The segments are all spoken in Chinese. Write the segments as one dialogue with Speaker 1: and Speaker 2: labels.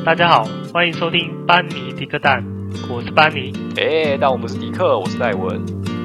Speaker 1: 大家好，欢迎收听班尼迪克蛋，我是班尼。
Speaker 2: 但我不是迪克，我是戴文。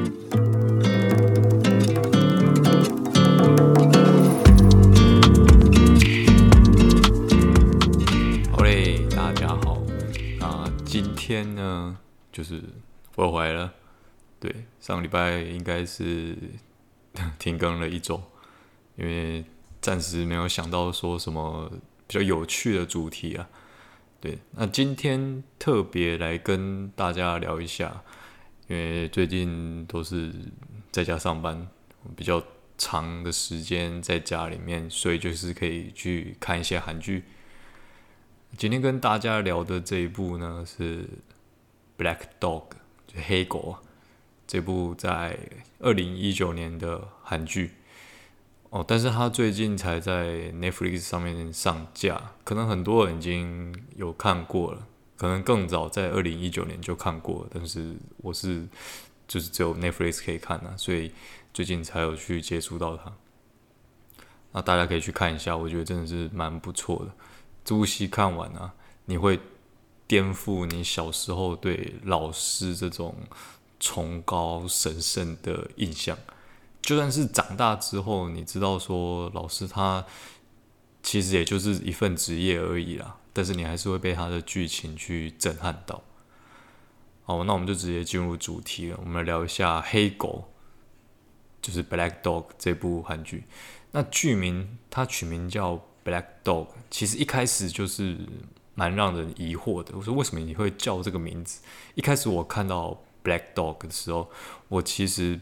Speaker 2: 好嘞，大家好。今天呢，就是我又回来了。对，上个礼拜应该是停更了1周，因为暂时没有想到说什么比较有趣的主题啊。对，那今天特别来跟大家聊一下，因为最近都是在家上班，比较长的时间在家里面，所以就是可以去看一些韩剧。今天跟大家聊的这一部呢是《Black Dog》，就黑狗啊，这部在2019年的韩剧。但是它最近才在 Netflix 上面上架，可能很多人已经有看过了，可能更早在2019年就看过了，但是我是就是只有 Netflix 可以看啊，所以最近才有去接触到它。那大家可以去看一下，我觉得真的是蛮不错的。这部戏看完啊，你会颠覆你小时候对老师这种崇高神圣的印象。就算是长大之后，你知道说老师他其实也就是一份职业而已啦，但是你还是会被他的剧情去震撼到。好，那我们就直接进入主题了，我们来聊一下《黑狗》，就是 Black Dog 这部韩剧。那剧名它取名叫 Black Dog， 其实一开始就是蛮让人疑惑的。我说为什么你会叫这个名字？一开始我看到 Black Dog 的时候，我其实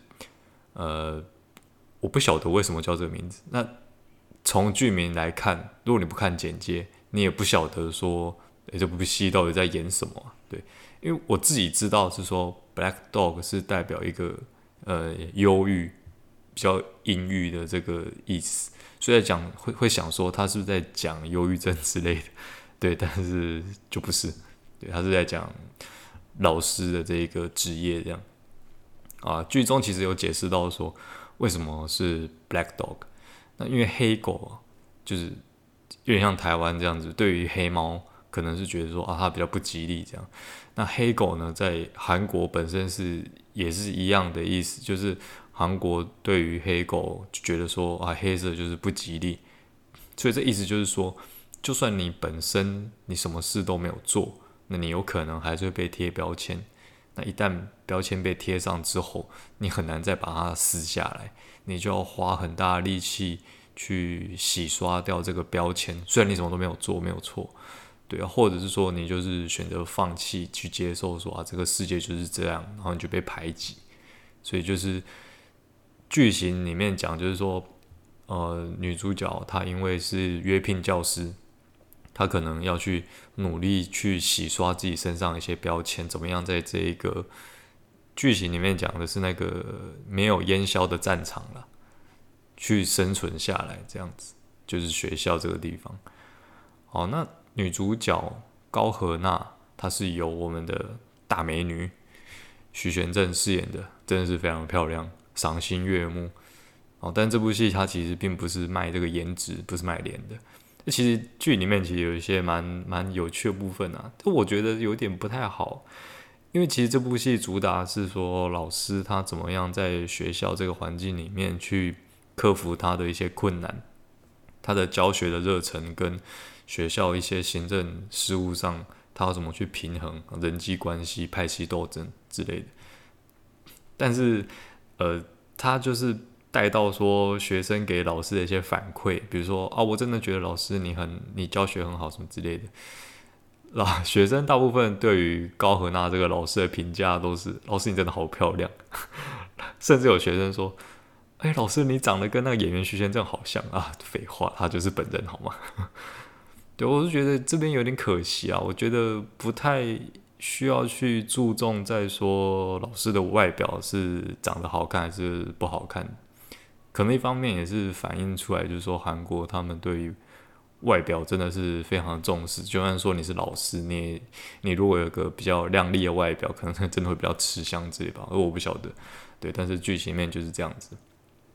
Speaker 2: 我不晓得为什么叫这个名字。那从剧名来看，如果你不看简介，你也不晓得说，这部戏到底在演什么啊。对，因为我自己知道是说 Black Dog 是代表一个忧郁、比较阴郁的这个意思，所以在讲会想说他是不是在讲忧郁症之类的。对，但是就不是，对，他是在讲老师的这个职业这样。剧中其实有解释到说为什么是 Black Dog。那因为黑狗就是有点像台湾这样子，对于黑猫可能是觉得说它比较不吉利这样。那黑狗呢，在韩国本身也是一样的意思，就是韩国对于黑狗就觉得说黑色就是不吉利，所以这意思就是说，就算你本身你什么事都没有做，那你有可能还是会被贴标签。那一旦标签被贴上之后，你很难再把它撕下来，你就要花很大的力气去洗刷掉这个标签。虽然你什么都没有做，没有错，对啊，或者是说你就是选择放弃去接受说这个世界就是这样，然后你就被排挤。所以就是剧情里面讲，就是说，女主角她因为是约聘教师。他可能要去努力去洗刷自己身上的一些标签，怎么样在这一个剧情里面讲的是那个没有烟硝的战场啦，去生存下来，这样子就是学校这个地方。好，那女主角高荷娜，她是由我们的大美女徐玄正饰演的，真的是非常漂亮，赏心悦目。但这部戏它其实并不是卖这个颜值，不是卖脸的。其实剧里面其实有一些蛮有趣的部分啊，但我觉得有点不太好，因为其实这部戏主打是说老师他怎么样在学校这个环境里面去克服他的一些困难，他的教学的热忱跟学校一些行政事务上他要怎么去平衡人际关系、派系斗争之类的。但是他就是带到说学生给老师的一些反馈，比如说我真的觉得老师你教学很好什么之类的。学生大部分对于高荷娜这个老师的评价都是老师你真的好漂亮，甚至有学生说老师你长得跟那个演员徐贤正好像啊，废话他就是本人好吗？对，我就觉得这边有点可惜啊，我觉得不太需要去注重在说老师的外表是长得好看还是不好看。可能一方面也是反映出来，就是说韩国他们对于外表真的是非常重视。就算说你是老师，你如果有个比较亮丽的外表，可能真的会比较吃香之类吧。我不晓得，对，但是剧情里面就是这样子。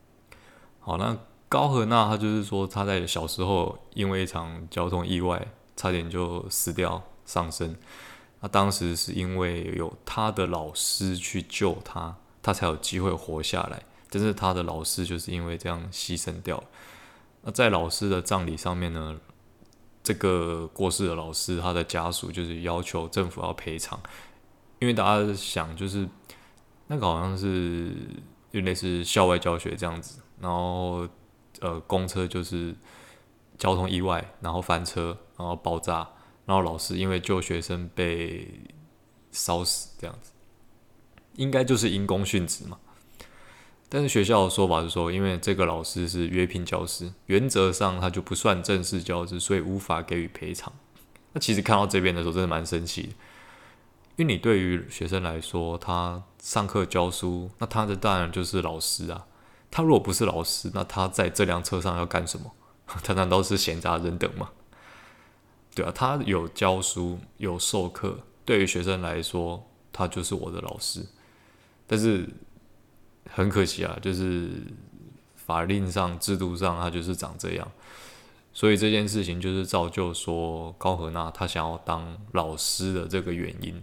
Speaker 2: 好，那高荷娜她就是说她在小时候因为一场交通意外差点就死掉丧生。那当时是因为有他的老师去救他，他才有机会活下来。但是他的老师就是因为这样牺牲掉了。那在老师的葬礼上面呢，这个过世的老师他的家属就是要求政府要赔偿，因为大家想就是那个好像是有类似校外教学这样子，然后公车就是交通意外，然后翻车，然后爆炸，然后老师因为救学生被烧死这样子，应该就是因公殉职嘛。但是学校的说法是说，因为这个老师是约聘教师，原则上他就不算正式教师，所以无法给予赔偿。那其实看到这边的时候，真的蛮生气的，因为你对于学生来说，他上课教书，那他的当然就是老师啊。他如果不是老师，那他在这辆车上要干什么？他难道是闲杂人等吗？对啊，他有教书，有授课，对于学生来说，他就是我的老师。但是很可惜啊，就是法令上、制度上，他就是长这样。所以这件事情就是造就说高荷纳他想要当老师的这个原因。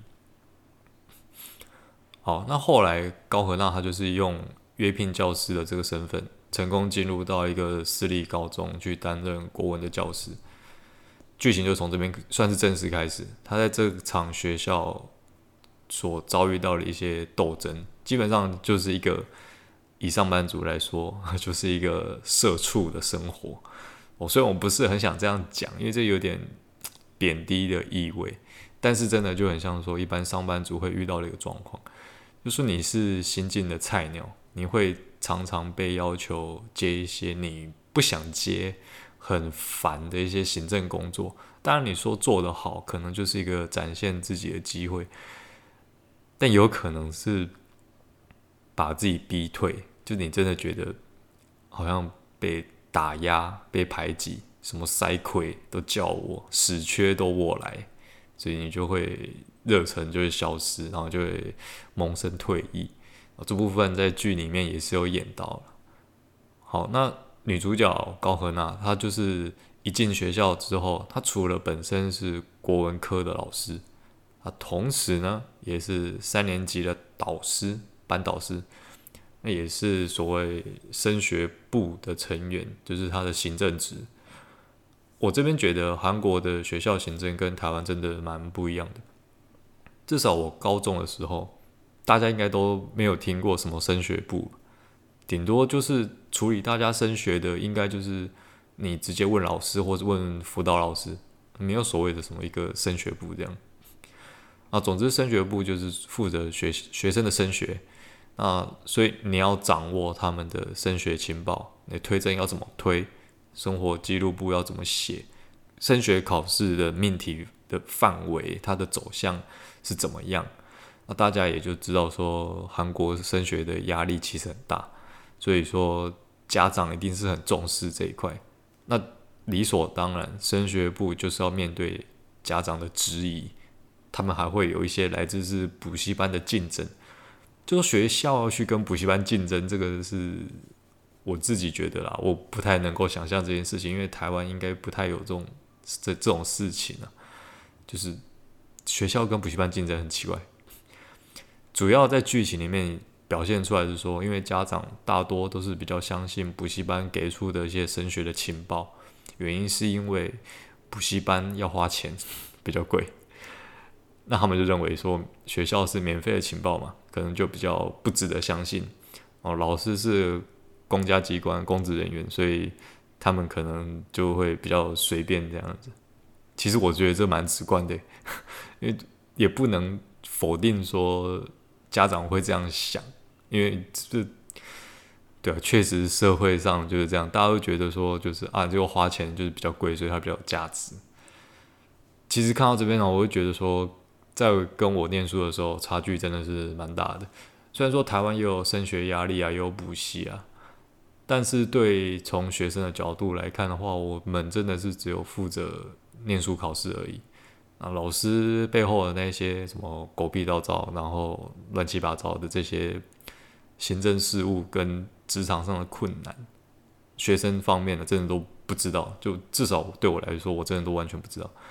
Speaker 2: 好，那后来高荷纳他就是用约聘教师的这个身份，成功进入到一个私立高中去担任国文的教师。剧情就从这边算是正式开始。他在这场学校所遭遇到的一些斗争，基本上就是一个以上班族来说，就是一个社畜的生活。虽然我不是很想这样讲，因为这有点贬低的意味，但是真的就很像说一般上班族会遇到的一个状况，就是你是新进的菜鸟，你会常常被要求接一些你不想接、很烦的一些行政工作。当然你说做得好，可能就是一个展现自己的机会，但有可能是把自己逼退，就你真的觉得好像被打压、被排挤，什么塞亏都叫我，死缺都我来，所以你就会热忱就会消失，然后就会萌生退役。这部分在剧里面也是有演到了。好，那女主角高荷娜，她就是一进学校之后，她除了本身是国文科的老师，她同时呢也是3年级的导师、班导师。那也是所谓升学部的成员，就是他的行政职。我这边觉得韩国的学校行政跟台湾真的蛮不一样的。至少我高中的时候，大家应该都没有听过什么升学部，顶多就是处理大家升学的，应该就是你直接问老师或者问辅导老师，没有所谓的什么一个升学部这样。总之升学部就是负责学生的升学。所以你要掌握他们的升学情报，你推甄要怎么推，生活记录簿要怎么写，升学考试的命题的范围，它的走向是怎么样。那大家也就知道说，韩国升学的压力其实很大，所以说家长一定是很重视这一块。那理所当然，升学部就是要面对家长的质疑，他们还会有一些来自是补习班的竞争。就是学校要去跟补习班竞争，这个是我自己觉得啦，我不太能够想象这件事情，因为台湾应该不太有这种事情啊。就是学校跟补习班竞争很奇怪，主要在剧情里面表现出来是说，因为家长大多都是比较相信补习班给出的一些升学的情报，原因是因为补习班要花钱，比较贵。那他们就认为说学校是免费的情报嘛，可能就比较不值得相信。老师是公家机关公职人员，所以他们可能就会比较随便这样子。其实我觉得这蛮直观的，因为也不能否定说家长会这样想，因为对啊，确实社会上就是这样，大家都觉得说就是这个花钱就是比较贵，所以它比较有价值。其实看到这边呢，我会觉得说，在跟我念书的时候，差距真的是蛮大的。虽然说台湾也有升学压力啊，也有补习啊，但是从学生的角度来看的话，我们真的是只有负责念书考试而已。老师背后的那些什么狗屁倒灶，然后乱七八糟的这些行政事务跟职场上的困难，学生方面的真的都不知道。就至少对我来说，我真的都完全不知道。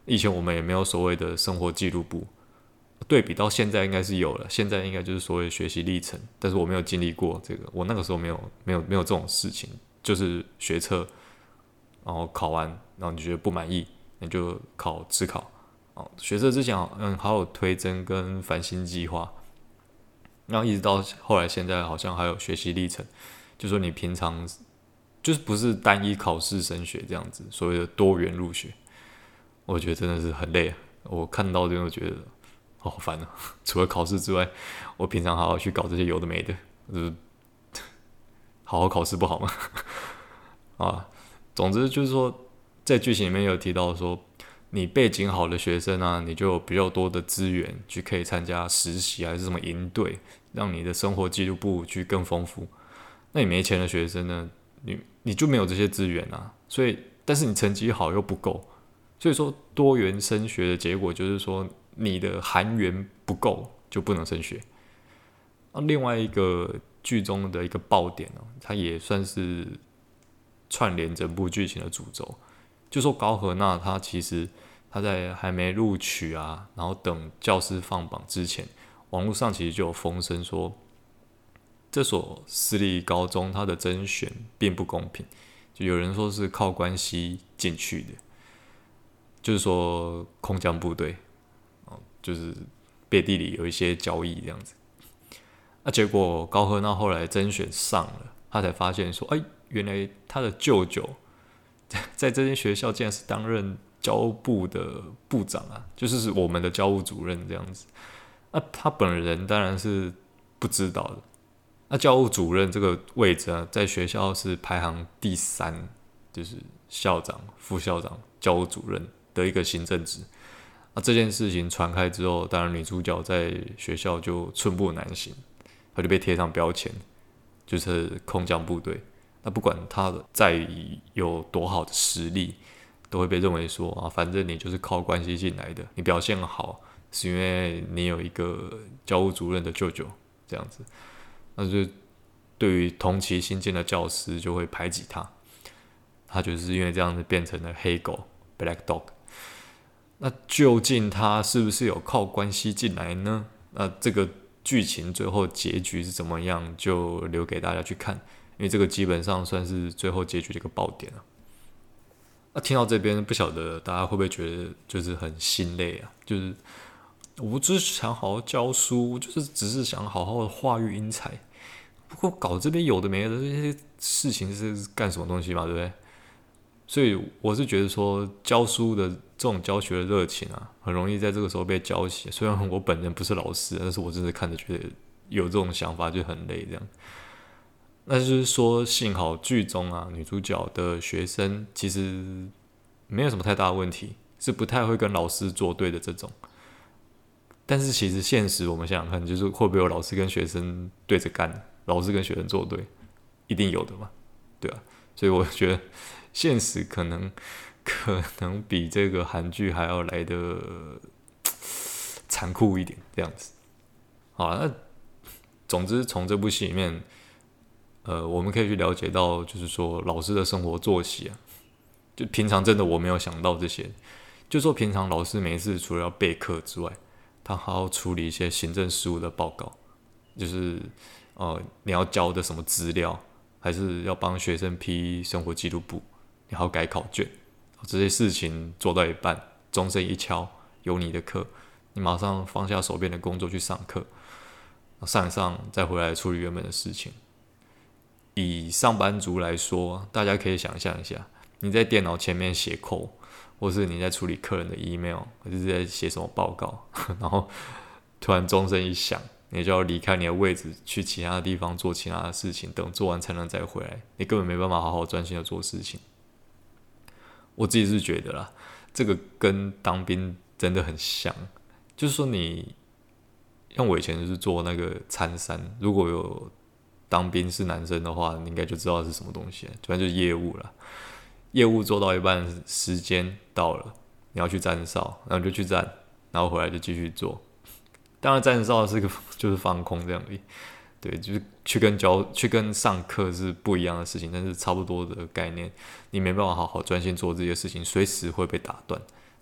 Speaker 2: 以前我们也没有所谓的生活记录簿，对比到现在应该是有了，现在应该就是所谓的学习历程，但是我没有经历过这个，我那个时候没有这种事情，就是学测，然后考完，然后你觉得不满意，那就考指考。学测之前还有推甄跟繁星计划，然后一直到后来现在好像还有学习历程，就说你平常就是不是单一考试升学这样子，所谓的多元入学，我觉得真的是很累啊。我看到这个觉得好烦啊！除了考试之外，我平常还要去搞这些有的没的，就是好好考试不好吗？啊，总之就是说，在剧情里面有提到说，你背景好的学生啊，你就有比较多的资源去可以参加实习还是什么营队，让你的生活记录簿去更丰富。那你没钱的学生呢，你就没有这些资源啊，所以但是你成绩好又不够，所以说多元升学的结果就是说你的韩元不够就不能升学。另外一个剧中的一个爆点它也算是串联整部剧情的主轴，就说高荷娜她其实她在还没录取啊，然后等教师放榜之前，网络上其实就有风声说，这所私立高中它的甄选并不公平，就有人说是靠关系进去的，就是说空降部队，就是背地里有一些交易这样子。结果高荷娜后来甄选上了，他才发现说，原来他的舅舅在这间学校竟然是担任教务部的部长啊，就是我们的教务主任这样子。他本人当然是不知道的。教务主任这个位置啊，在学校是排行第3，就是校长、副校长、教务主任的一个行政职。这件事情传开之后，当然女主角在学校就寸步难行，她就被贴上标签，就是空降部队。那不管她再有多好的实力，都会被认为说反正你就是靠关系进来的，你表现好是因为你有一个教务主任的舅舅这样子。那就对于同期新进的教师就会排挤他，他就是因为这样子变成了黑狗 Black Dog。那究竟他是不是有靠关系进来呢？那这个剧情最后结局是怎么样，就留给大家去看，因为这个基本上算是最后结局的一个爆点了。听到这边，不晓得大家会不会觉得就是很心累啊？就是我只是想好好教书，就是只是想好好的化育英才。不过搞这边有的没的这些事情是干什么东西嘛，对不对？所以我是觉得说，教书的这种教学的热情啊，很容易在这个时候被浇熄。虽然我本人不是老师，但是我真的看着觉得有这种想法就很累这样。那就是说，幸好剧中啊，女主角的学生其实没有什么太大的问题，是不太会跟老师作对的这种。但是其实现实我们想想看，就是会不会有老师跟学生对着干？老师跟学生作对，一定有的嘛，对啊，所以我觉得现实可能比这个韩剧还要来的残酷一点，这样子。好了，那总之从这部戏里面，我们可以去了解到，就是说老师的生活作息啊，就平常真的我没有想到这些，就说平常老师每一次除了要备课之外，他还要处理一些行政事务的报告，就是你要交的什么资料，还是要帮学生批生活记录簿，你还要改考卷，这些事情做到一半，钟声一敲，有你的课，你马上放下手边的工作去上课，上一上再回来处理原本的事情。以上班族来说，大家可以想象一下，你在电脑前面写code，或是你在处理客人的 email， 或是在写什么报告，然后突然钟声一响，你就要离开你的位置，去其他的地方做其他的事情，等做完才能再回来，你根本没办法好好专心的做事情。我自己是觉得啦，这个跟当兵真的很像，就是说你，像我以前就是做那个参三，如果有当兵是男生的话，你应该就知道是什么东西了，主要就是业务啦。业务做到一半，时间到了，你要去站哨，然后就去站，然后回来就继续做。当然站哨是个就是放空这样而已，对，就是去跟上课是不一样的事情，但是差不多的概念，你没办法好好专心做这些事情，随时会被打断，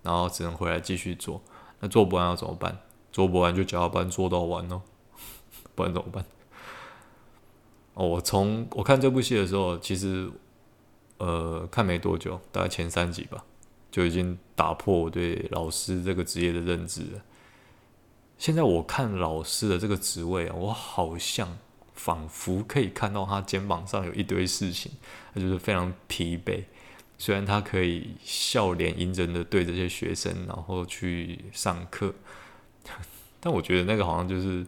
Speaker 2: 然后只能回来继续做。那做不完要怎么办？做不完就加班做到完哦，不然怎么办？我看这部戏的时候，其实看没多久，大概前3集吧，就已经打破我对老师这个职业的认知了。现在我看老师的这个职位啊，我好像仿佛可以看到他肩膀上有一堆事情，他就是非常疲惫。虽然他可以笑脸迎人的对这些学生，然后去上课，但我觉得那个好像就是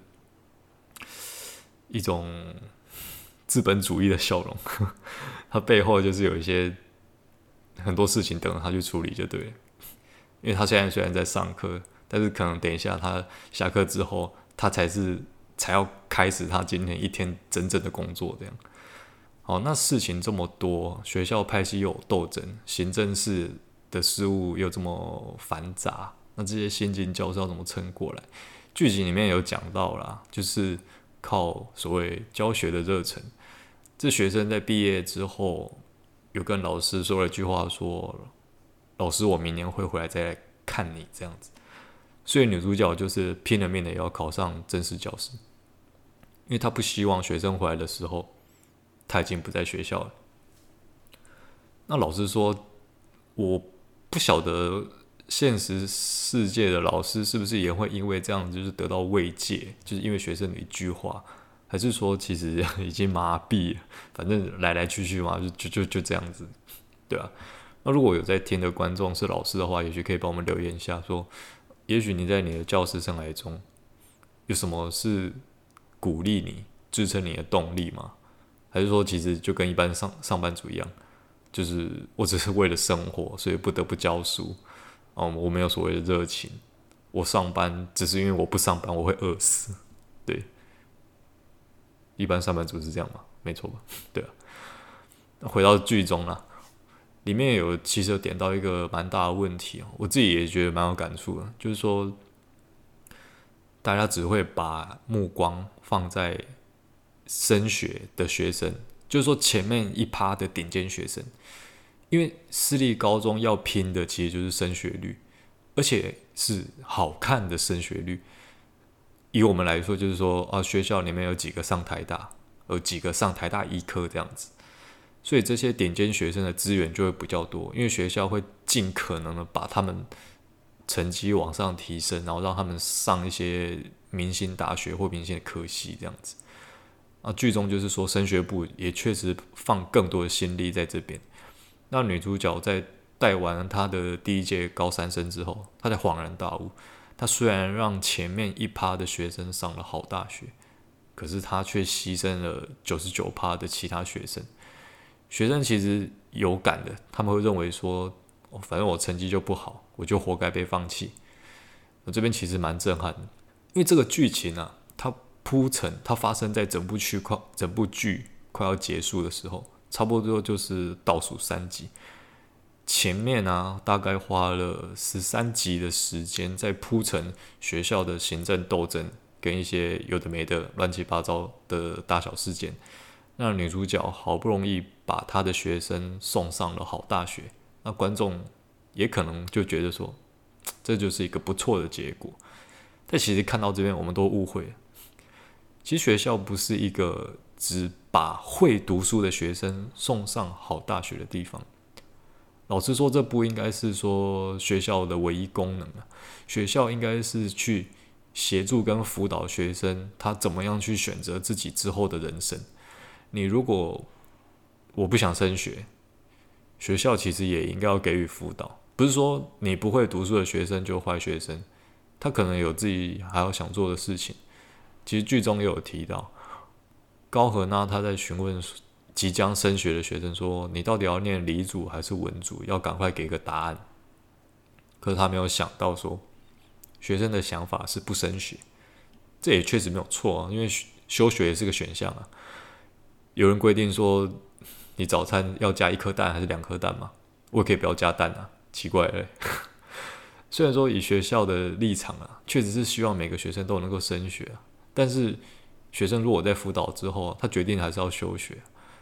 Speaker 2: 一种资本主义的笑容，他背后就是有一些很多事情等着他去处理就对了。因为他现在虽然在上课，但是可能等一下他下课之后，他才要开始他今天一天真正的工作这样。好，那事情这么多，学校派系又有斗争，行政室的事务又这么繁杂，那这些新进教授要怎么撑过来？剧情里面有讲到啦，就是靠所谓教学的热忱。这学生在毕业之后，有跟老师说了一句话说，老师，我明年会回来再来看你这样子。所以女主角就是拼了命的也要考上正式教师，因为她不希望学生回来的时候，她已经不在学校了。那老师说，我不晓得现实世界的老师是不是也会因为这样就是得到慰藉，就是因为学生的一句话，还是说其实已经麻痹了，反正来来去去嘛，就这样子，对啊。那如果有在听的观众是老师的话，也许可以帮我们留言一下说，也许你在你的教师生涯中有什么是鼓励你、支撑你的动力吗？还是说其实就跟一般上班族一样，就是我只是为了生活，所以不得不教书。我没有所谓的热情，我上班只是因为我不上班我会饿死。对，一般上班族是这样嘛？没错吧？对啊。那回到剧中啦，里面其实有点到一个蛮大的问题，我自己也觉得蛮有感触的，就是说大家只会把目光放在升学的学生，就是说前面一趴的顶尖学生，因为私立高中要拼的其实就是升学率，而且是好看的升学率。以我们来说，就是说学校里面有几个上台大，有几个上台大医科这样子，所以这些顶尖学生的资源就会比较多，因为学校会尽可能的把他们成绩往上提升，然后让他们上一些明星大学或明星的科系这样子。剧中就是说升学部也确实放更多的心力在这边。那女主角在带完她的第一届高三生之后，她才恍然大悟，她虽然让前面一趴的学生上了好大学，可是她却牺牲了99%的其他学生。学生其实有感的，他们会认为说，反正我成绩就不好，我就活该被放弃。我这边其实蛮震撼的，因为这个剧情啊，它铺陈，它发生在整部剧快要结束的时候，差不多就是倒数3集。前面啊，大概花了13集的时间在铺陈学校的行政斗争跟一些有的没的乱七八糟的大小事件。那女主角好不容易把她的学生送上了好大学，那观众也可能就觉得说，这就是一个不错的结果。但其实看到这边，我们都误会了。其实学校不是一个只把会读书的学生送上好大学的地方。老实说，这不应该是说学校的唯一功能啊。学校应该是去协助跟辅导学生，他怎么样去选择自己之后的人生。你如果我不想升学，学校其实也应该要给予辅导。不是说你不会读书的学生就坏学生，他可能有自己还要想做的事情。其实剧中也有提到，高荷娜他在询问即将升学的学生说，你到底要念理组还是文组，要赶快给个答案。可是他没有想到说，学生的想法是不升学，这也确实没有错啊，因为休学也是个选项啊。有人规定说，你早餐要加1颗蛋还是2颗蛋嘛？我也可以不要加蛋啊，奇怪了。虽然说以学校的立场啊，确实是希望每个学生都能够升学啊，但是学生如果在辅导之后，他决定还是要休学。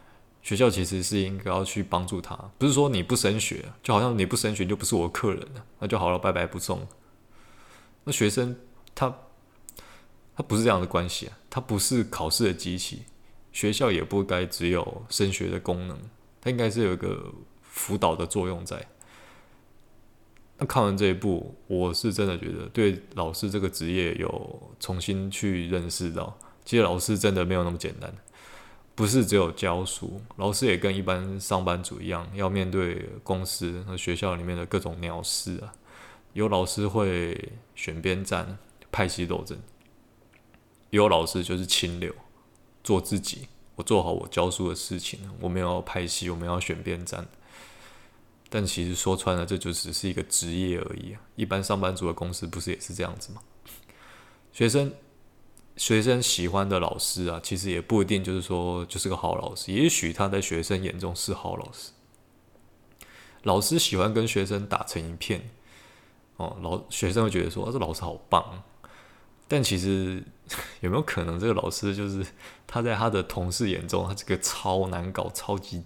Speaker 2: 学校其实是应该要去帮助他，不是说你不升学，就好像你不升学就不是我的客人了，那就好了，拜拜不送。那学生他不是这样的关系啊，他不是考试的机器，学校也不该只有升学的功能，它应该是有一个辅导的作用在。那看完这一部，我是真的觉得对老师这个职业有重新去认识到，其实老师真的没有那么简单，不是只有教书，老师也跟一般上班族一样，要面对公司和学校里面的各种鸟事啊。有老师会选边站、派系斗争，也有老师就是清流，做自己，我做好我教书的事情，我没有要派系，我没有要选边站。但其实说穿了，这就只是一个职业而已啊。一般上班族的公司不是也是这样子吗？学生喜欢的老师啊，其实也不一定就是说就是个好老师，也许他在学生眼中是好老师。老师喜欢跟学生打成一片，学生会觉得说，这老师好棒。但其实有没有可能，这个老师就是他在他的同事眼中，他是个超难搞、超级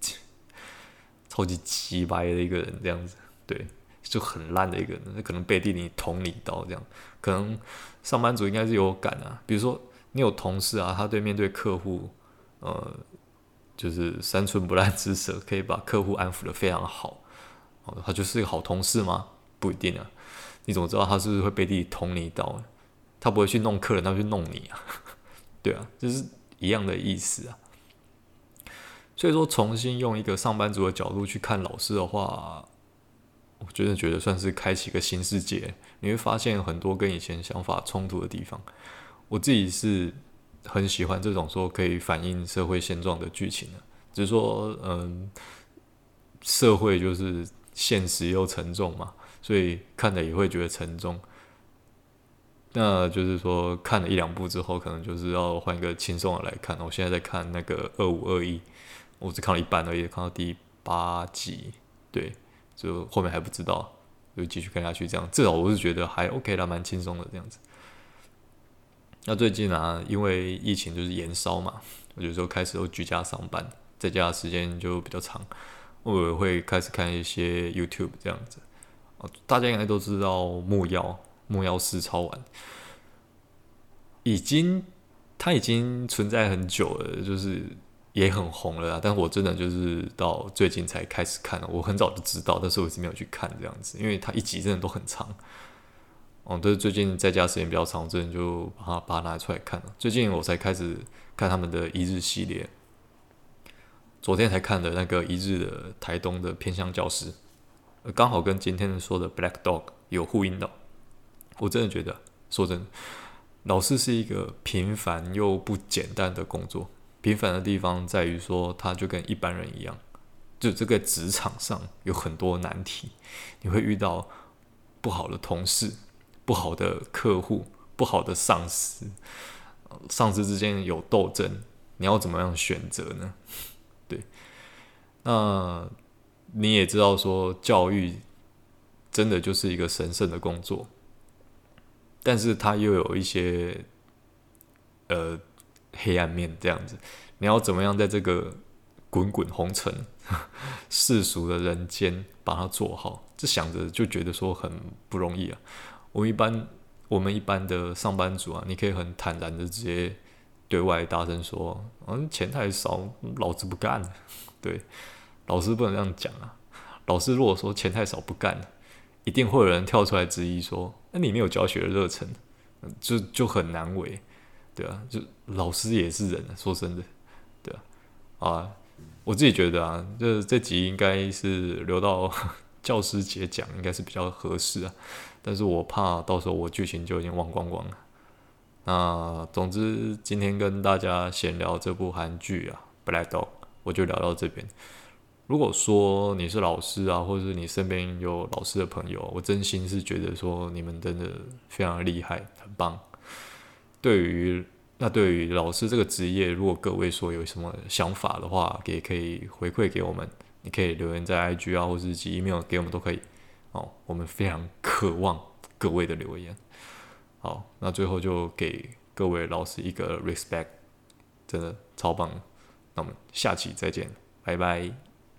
Speaker 2: 鸡掰的一个人，这样子，对，就很烂的一个人，可能背地里捅你一刀，这样，可能上班族应该是有感啊。比如说你有同事啊，他面对客户，就是三寸不烂之舌，可以把客户安抚得非常好，他就是一个好同事吗？不一定啊。你怎么知道他是不是会背地里捅你一刀？他不会去弄客人，他会去弄你啊。对啊，就是一样的意思啊。所以说，重新用一个上班族的角度去看老师的话，我觉得算是开启一个新世界。你会发现很多跟以前想法冲突的地方。我自己是很喜欢这种说可以反映社会现状的剧情的，只是说，社会就是现实又沉重嘛，所以看的也会觉得沉重。那就是说，看了一两部之后，可能就是要换一个轻松的来看。我现在在看那个2521，我只看了一半而已，看到第8集，对，就后面还不知道，就继续看下去。这样至少我是觉得还 OK 啦，蛮轻松的这样子。那最近啊，因为疫情就是延烧嘛，我有时候开始都居家上班，在家的时间就比较长，我也会开始看一些 YouTube 这样子。大家应该都知道木曜4超玩，它已经存在很久了，就是也很红了啦。但我真的就是到最近才开始看，我很早就知道，但是我一直没有去看这样子，因为它一集真的都很长。但是最近在家时间比较长，我真的就把它拿出来看了。最近我才开始看他们的一日系列，昨天才看的那个一日的台东的偏乡教师，刚好跟今天说的 Black Dog 有呼应到。我真的觉得，说真的，老师是一个平凡又不简单的工作。平凡的地方在于说，他就跟一般人一样，就这个职场上有很多难题，你会遇到不好的同事、不好的客户、不好的上司，上司之间有斗争，你要怎么样选择呢？对，那你也知道说，教育真的就是一个神圣的工作。但是它又有一些黑暗面这样子，你要怎么样在这个滚滚红尘世俗的人间把它做好？这想着就觉得说很不容易啊。我们一般的上班族啊，你可以很坦然的直接对外大声说，钱太少，老子不干了。对，老师不能这样讲啊。老师如果说钱太少不干了，一定会有人跳出来质疑说，那你没有教学的热忱，就很难为，对啊，就老师也是人啊，说真的，对啊，我自己觉得啊，这集应该是留到教师节讲，应该是比较合适啊，但是我怕到时候我剧情就已经忘光光了。那总之，今天跟大家闲聊这部韩剧啊，《Black Dog》，我就聊到这边。如果说你是老师啊，或者是你身边有老师的朋友，我真心是觉得说你们真的非常厉害，很棒。对于老师这个职业，如果各位说有什么想法的话，也可以回馈给我们，你可以留言在 IG 啊，或是寄 email 给我们都可以。我们非常渴望各位的留言。好，那最后就给各位老师一个 respect，真的超棒的。 那我们下期再见，拜拜。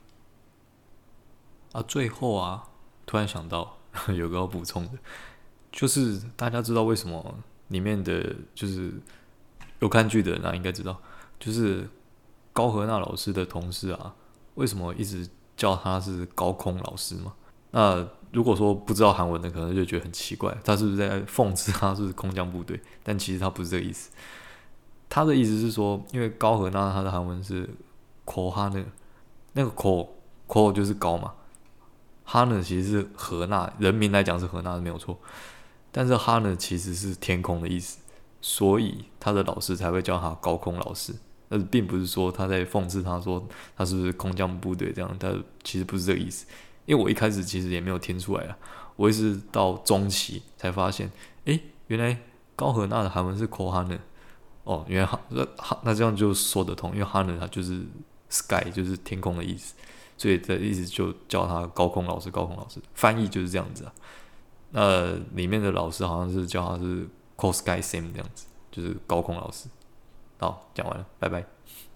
Speaker 2: 最后突然想到有个要补充的，就是大家知道为什么里面的就是有看剧的人应该知道，就是高荷娜老师的同事为什么一直叫他是高空老师嘛？那如果说不知道韩文的，可能就觉得很奇怪，他是不是在讽刺他是空降部队？但其实他不是这个意思。他的意思是说，因为高荷娜他的韩文是口哈呢，那个口就是高嘛，哈呢其实是荷纳，人名来讲是荷纳没有错，但是哈呢其实是天空的意思，所以他的老师才会叫他高空老师。但是并不是说他在讽刺他说他是不是空降部队这样，他其实不是这个意思。因为我一开始其实也没有听出来我也是到中期才发现，原来高荷纳的韩文是口哈呢。原来那这样就说得通，因为哈呢它就是 sky 就是天空的意思，所以的意思就叫他高空老师，高空老师翻译就是这样子那里面的老师好像是叫他是 Ko Sky Sam 这样子，就是高空老师。好，讲完了，拜拜。